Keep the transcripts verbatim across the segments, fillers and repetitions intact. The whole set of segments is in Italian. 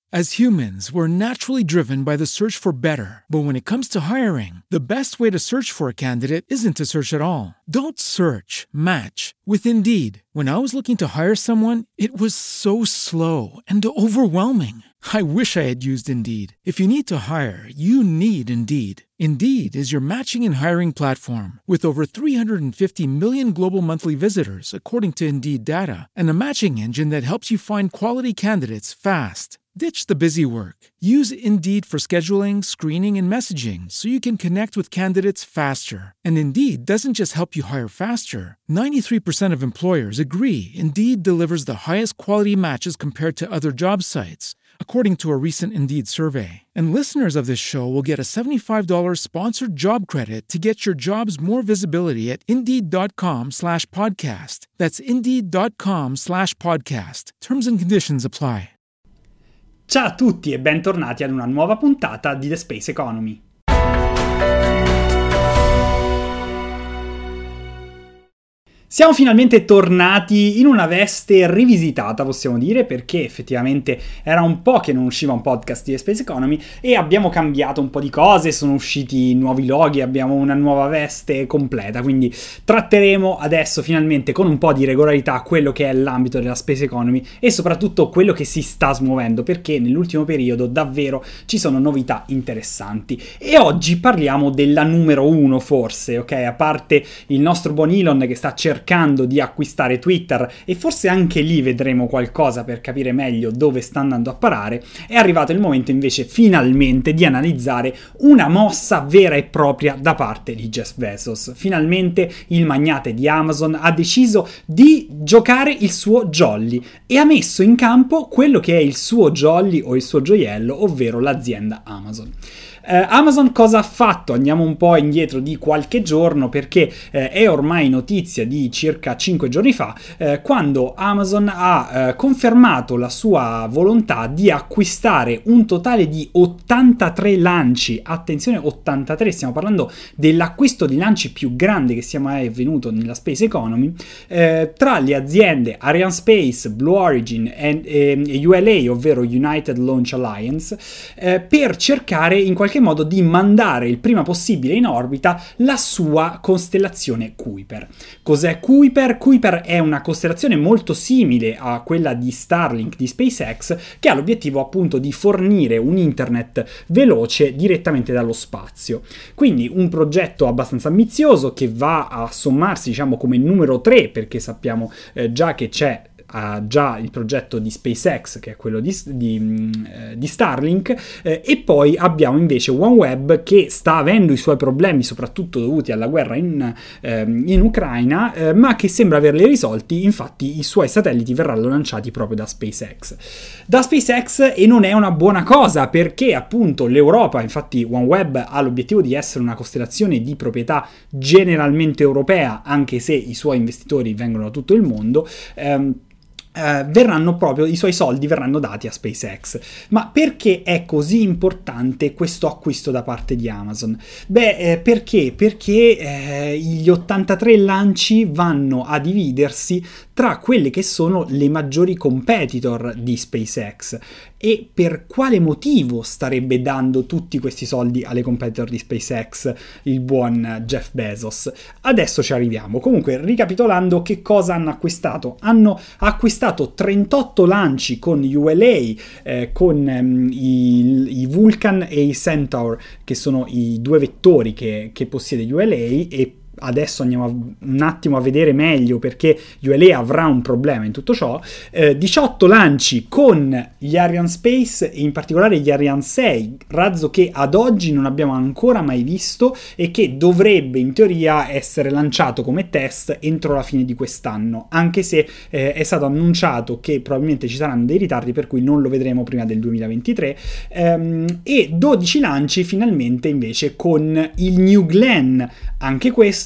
As humans, we're naturally driven by the search for better. But when it comes to hiring, the best way to search for a candidate isn't to search at all. Don't search, match with Indeed. When I was looking to hire someone, it was so slow and overwhelming. I wish I had used Indeed. If you need to hire, you need Indeed. Indeed is your matching and hiring platform with over three hundred fifty million global monthly visitors, according to Indeed data, and a matching engine that helps you find quality candidates fast. Ditch the busy work. Use Indeed for scheduling, screening, and messaging so you can connect with candidates faster. And Indeed doesn't just help you hire faster. ninety-three percent of employers agree Indeed delivers the highest quality matches compared to other job sites, according to a recent Indeed survey. And listeners of this show will get a seventy-five dollars sponsored job credit to get your jobs more visibility at Indeed.com slash podcast. That's Indeed.com slash podcast. Terms and conditions apply. Ciao a tutti e bentornati ad una nuova puntata di The Space Economy. Siamo finalmente tornati in una veste rivisitata, possiamo dire, perché effettivamente era un po' che non usciva un podcast di The Space Economy e abbiamo cambiato un po' di cose, sono usciti nuovi loghi, abbiamo una nuova veste completa, quindi tratteremo adesso finalmente con un po' di regolarità quello che è l'ambito della Space Economy e soprattutto quello che si sta smuovendo, perché nell'ultimo periodo davvero ci sono novità interessanti. E oggi parliamo della numero uno forse, ok? A parte il nostro buon Elon che sta cercando cercando di acquistare Twitter e forse anche lì vedremo qualcosa per capire meglio dove sta andando a parare, è arrivato il momento invece finalmente di analizzare una mossa vera e propria da parte di Jeff Bezos. Finalmente il magnate di Amazon ha deciso di giocare il suo jolly e ha messo in campo quello che è il suo jolly o il suo gioiello, ovvero l'azienda Amazon. Uh, Amazon cosa ha fatto? Andiamo un po' indietro di qualche giorno perché uh, è ormai notizia di circa cinque giorni fa uh, quando Amazon ha uh, confermato la sua volontà di acquistare un totale di ottantatré lanci. Attenzione, ottantatré, stiamo parlando dell'acquisto di lanci più grande che sia mai avvenuto nella Space Economy uh, tra le aziende Arianespace, Blue Origin e, e, e U L A, ovvero United Launch Alliance, uh, per cercare in qualche modo di mandare il prima possibile in orbita la sua costellazione Kuiper. Cos'è Kuiper? Kuiper è una costellazione molto simile a quella di Starlink di SpaceX, che ha l'obiettivo appunto di fornire un internet veloce direttamente dallo spazio. Quindi un progetto abbastanza ambizioso che va a sommarsi, diciamo, come numero tre, perché sappiamo eh, già che c'è ha già il progetto di SpaceX, che è quello di, di, di Starlink, eh, e poi abbiamo invece OneWeb che sta avendo i suoi problemi soprattutto dovuti alla guerra in, eh, in Ucraina, eh, ma che sembra averli risolti. Infatti i suoi satelliti verranno lanciati proprio da SpaceX da SpaceX e non è una buona cosa, perché appunto l'Europa, infatti OneWeb ha l'obiettivo di essere una costellazione di proprietà generalmente europea, anche se i suoi investitori vengono da tutto il mondo. ehm, Uh, verranno proprio, i suoi soldi verranno dati a SpaceX. Ma perché è così importante questo acquisto da parte di Amazon? Beh, eh, perché? Perché eh, gli ottantatré lanci vanno a dividersi tra quelle che sono le maggiori competitor di SpaceX. E per quale motivo starebbe dando tutti questi soldi alle competitor di SpaceX il buon Jeff Bezos? Adesso ci arriviamo. Comunque, ricapitolando, che cosa hanno acquistato? Hanno acquistato trentotto lanci con U L A, eh, con ehm, i, i Vulcan e i Centaur, che sono i due vettori che, che possiede U L A, e adesso andiamo a, un attimo a vedere meglio perché U L A avrà un problema in tutto ciò. eh, diciotto lanci con gli Arianespace e in particolare gli Ariane sei, razzo che ad oggi non abbiamo ancora mai visto e che dovrebbe in teoria essere lanciato come test entro la fine di quest'anno, anche se eh, è stato annunciato che probabilmente ci saranno dei ritardi, per cui non lo vedremo prima del duemilaventitré. ehm, e dodici lanci finalmente invece con il New Glenn, anche questo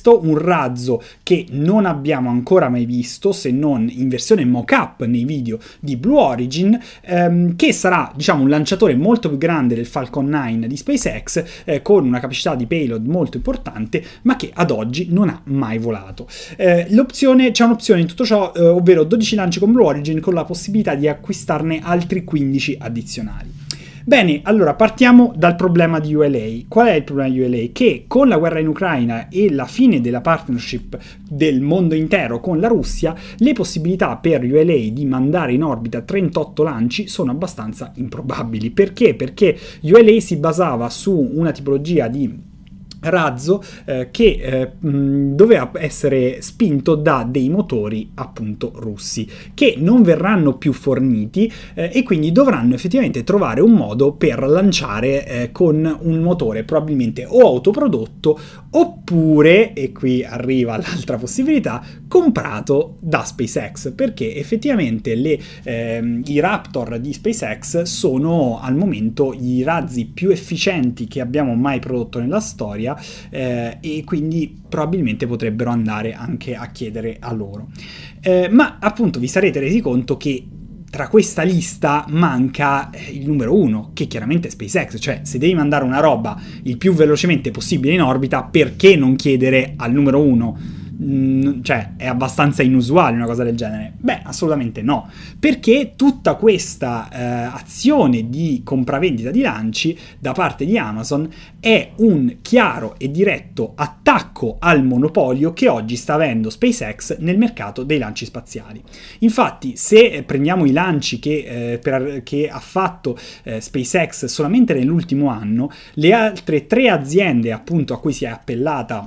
visto, un razzo che non abbiamo ancora mai visto, se non in versione mock-up nei video di Blue Origin, ehm, che sarà, diciamo, un lanciatore molto più grande del Falcon nove di SpaceX, eh, con una capacità di payload molto importante, ma che ad oggi non ha mai volato. Eh, l'opzione, c'è un'opzione in tutto ciò, eh, ovvero dodici lanci con Blue Origin con la possibilità di acquistarne altri quindici addizionali. Bene, allora partiamo dal problema di U L A. Qual è il problema di U L A? Che con la guerra in Ucraina e la fine della partnership del mondo intero con la Russia, le possibilità per U L A di mandare in orbita trentotto lanci sono abbastanza improbabili. Perché? Perché U L A si basava su una tipologia di razzo eh, che eh, mh, doveva essere spinto da dei motori appunto russi che non verranno più forniti eh, e quindi dovranno effettivamente trovare un modo per lanciare eh, con un motore probabilmente o autoprodotto oppure, e qui arriva l'altra possibilità, comprato da SpaceX, perché effettivamente le, ehm, i Raptor di SpaceX sono al momento i razzi più efficienti che abbiamo mai prodotto nella storia. Eh, e quindi probabilmente potrebbero andare anche a chiedere a loro. Eh, ma appunto vi sarete resi conto che tra questa lista manca il numero uno, che chiaramente è SpaceX, cioè se devi mandare una roba il più velocemente possibile in orbita, perché non chiedere al numero uno? Cioè, è abbastanza inusuale una cosa del genere? Beh, assolutamente no, perché tutta questa eh, azione di compravendita di lanci da parte di Amazon è un chiaro e diretto attacco al monopolio che oggi sta avendo SpaceX nel mercato dei lanci spaziali. Infatti, se prendiamo i lanci che, eh, per, che ha fatto eh, SpaceX solamente nell'ultimo anno, le altre tre aziende appunto a cui si è appellata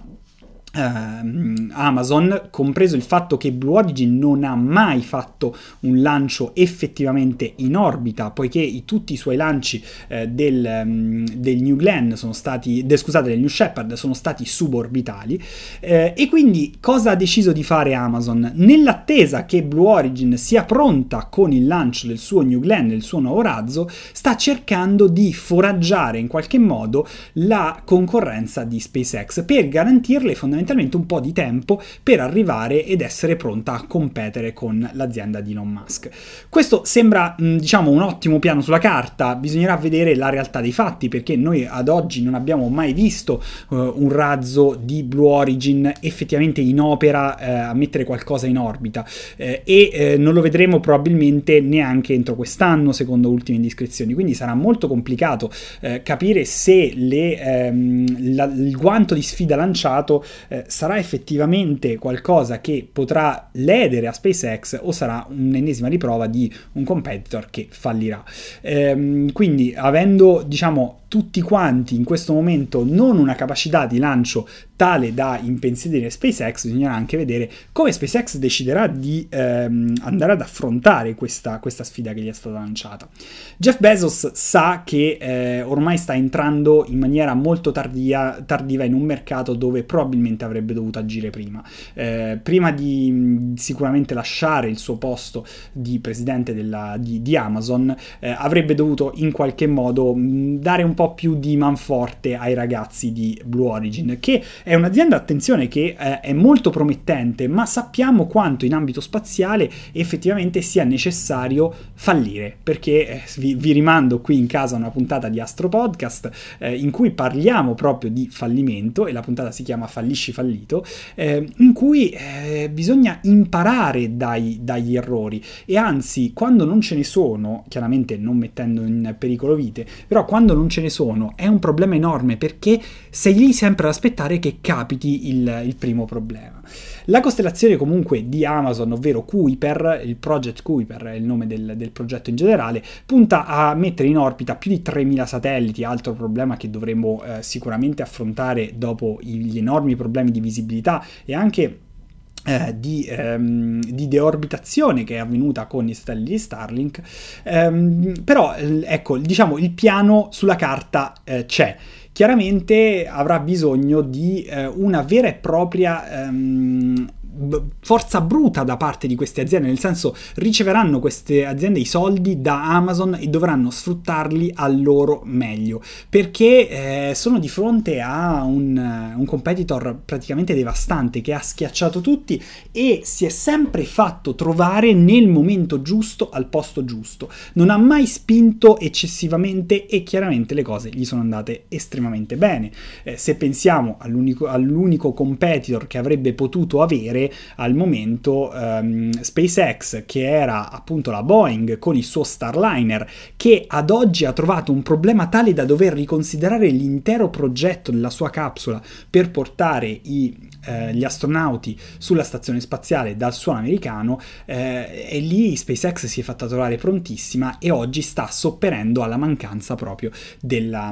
Uh, Amazon, compreso il fatto che Blue Origin non ha mai fatto un lancio effettivamente in orbita, poiché i, tutti i suoi lanci uh, del, um, del New Glenn sono stati, de, scusate, del New Shepard sono stati suborbitali, uh, e quindi cosa ha deciso di fare Amazon? Nell'attesa che Blue Origin sia pronta con il lancio del suo New Glenn, del suo nuovo razzo, sta cercando di foraggiare in qualche modo la concorrenza di SpaceX per garantirle fondamentalmente un po' di tempo per arrivare ed essere pronta a competere con l'azienda di Elon Musk. Questo sembra, diciamo, un ottimo piano sulla carta, bisognerà vedere la realtà dei fatti, perché noi ad oggi non abbiamo mai visto uh, un razzo di Blue Origin effettivamente in opera uh, a mettere qualcosa in orbita uh, e uh, non lo vedremo probabilmente neanche entro quest'anno, secondo ultime indiscrezioni, quindi sarà molto complicato uh, capire se le, um, la, il guanto di sfida lanciato Eh, sarà effettivamente qualcosa che potrà ledere a SpaceX o sarà un'ennesima riprova di un competitor che fallirà. Ehm, quindi avendo, diciamo, tutti quanti in questo momento non una capacità di lancio tale da impensierire SpaceX, bisognerà anche vedere come SpaceX deciderà di ehm, andare ad affrontare questa, questa sfida che gli è stata lanciata. Jeff Bezos sa che eh, ormai sta entrando in maniera molto tardia, tardiva in un mercato dove probabilmente avrebbe dovuto agire prima. Eh, prima di mh, sicuramente lasciare il suo posto di presidente della, di, di Amazon, eh, avrebbe dovuto in qualche modo mh, dare un po' più di manforte ai ragazzi di Blue Origin, che è un'azienda, attenzione, che eh, è molto promettente, ma sappiamo quanto in ambito spaziale effettivamente sia necessario fallire, perché eh, vi, vi rimando qui in casa una puntata di Astro Podcast eh, in cui parliamo proprio di fallimento, e la puntata si chiama Fallisci fallito, eh, in cui eh, bisogna imparare dai, dagli errori, e anzi quando non ce ne sono, chiaramente non mettendo in pericolo vite, però quando non ce ne sono è un problema enorme, perché sei lì sempre ad aspettare che capiti il, il primo problema. La costellazione comunque di Amazon, ovvero Kuiper, il Project Kuiper è il nome del, del progetto in generale, punta a mettere in orbita più di tremila satelliti, altro problema che dovremo eh, sicuramente affrontare dopo gli enormi problemi di visibilità e anche Eh, di, ehm, di deorbitazione che è avvenuta con i satelliti di Starlink, ehm, però ecco, diciamo, il piano sulla carta eh, c'è. Chiaramente avrà bisogno di eh, una vera e propria ehm, forza bruta da parte di queste aziende, nel senso riceveranno queste aziende i soldi da Amazon e dovranno sfruttarli al loro meglio, perché eh, sono di fronte a un, un competitor praticamente devastante che ha schiacciato tutti e si è sempre fatto trovare nel momento giusto al posto giusto, non ha mai spinto eccessivamente e chiaramente le cose gli sono andate estremamente bene. Eh, se pensiamo all'unico, all'unico competitor che avrebbe potuto avere al momento, um, SpaceX, che era appunto la Boeing con il suo Starliner, che ad oggi ha trovato un problema tale da dover riconsiderare l'intero progetto della sua capsula per portare i, eh, gli astronauti sulla stazione spaziale dal suolo americano, eh, e lì SpaceX si è fatta trovare prontissima e oggi sta sopperendo alla mancanza proprio della,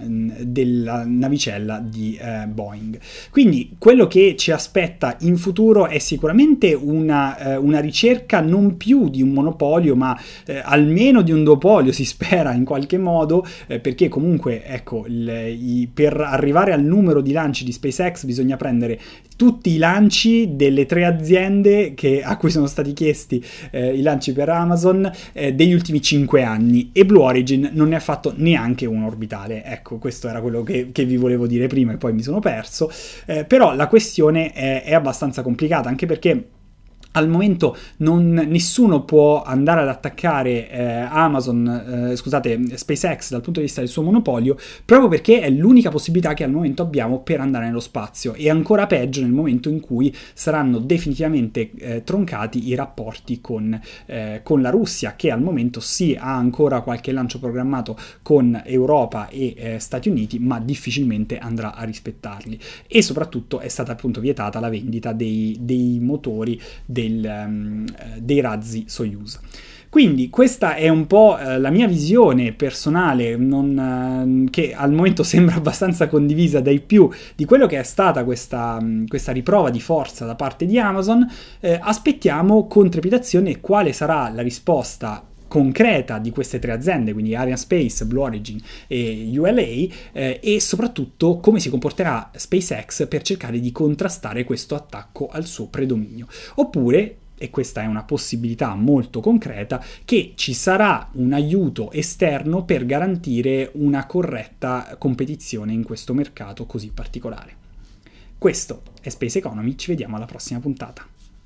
della navicella di eh, Boeing. Quindi quello che ci aspetta in futuro è sicuramente una, eh, una ricerca non più di un monopolio, ma eh, almeno di un duopolio, si spera in qualche modo, eh, perché comunque ecco il, i, per arrivare al numero di lanci di SpaceX bisogna prendere tutti i lanci delle tre aziende che, a cui sono stati chiesti eh, i lanci per Amazon eh, degli ultimi cinque anni, e Blue Origin non ne ha fatto neanche un orbitale. Ecco, questo era quello che, che vi volevo dire prima e poi mi sono perso, eh, però la questione è, è abbastanza complicata, anche perché al momento non, nessuno può andare ad attaccare eh, Amazon, eh, scusate, SpaceX dal punto di vista del suo monopolio, proprio perché è l'unica possibilità che al momento abbiamo per andare nello spazio, e ancora peggio nel momento in cui saranno definitivamente eh, troncati i rapporti con, eh, con la Russia, che al momento sì ha ancora qualche lancio programmato con Europa e eh, Stati Uniti, ma difficilmente andrà a rispettarli, e soprattutto è stata appunto vietata la vendita dei, dei motori dei Del, um, dei razzi Soyuz. Quindi questa è un po' uh, la mia visione personale, non, uh, che al momento sembra abbastanza condivisa dai più, di quello che è stata questa, um, questa riprova di forza da parte di Amazon. Eh, aspettiamo con trepidazione quale sarà la risposta concreta di queste tre aziende, quindi Arianespace, Blue Origin e U L A, eh, e soprattutto come si comporterà SpaceX per cercare di contrastare questo attacco al suo predominio. Oppure, e questa è una possibilità molto concreta, che ci sarà un aiuto esterno per garantire una corretta competizione in questo mercato così particolare. Questo è Space Economy, ci vediamo alla prossima puntata.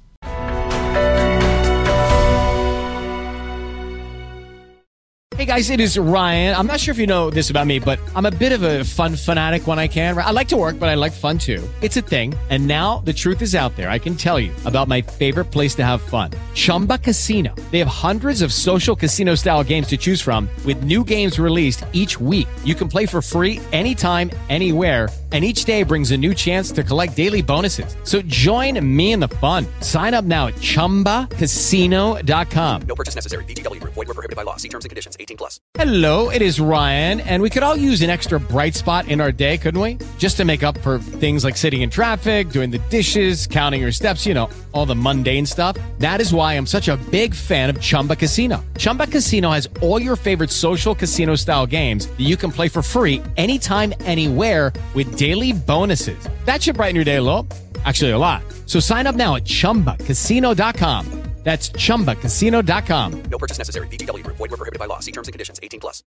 Hey guys, it is Ryan. I'm not sure if you know this about me, but I'm a bit of a fun fanatic when I can. I like to work, but I like fun too. It's a thing. And now the truth is out there. I can tell you about my favorite place to have fun. Chumba Casino. They have hundreds of social casino style games to choose from with new games released each week. You can play for free anytime, anywhere. And each day brings a new chance to collect daily bonuses. So join me in the fun. Sign up now at chumba casino dot com. No purchase necessary. V G W Group. Void where prohibited by law. See terms and conditions. eighteen plus. Hello, it is Ryan, and we could all use an extra bright spot in our day, couldn't we? Just to make up for things like sitting in traffic, doing the dishes, counting your steps, you know, all the mundane stuff. That is why I'm such a big fan of Chumba Casino. Chumba Casino has all your favorite social casino style games that you can play for free anytime, anywhere with daily bonuses. That should brighten your day a little. Actually, a lot. So sign up now at chumba casino dot com. That's chumba casino dot com. No purchase necessary. V G W Group. Void where prohibited by law. See terms and conditions. eighteen plus.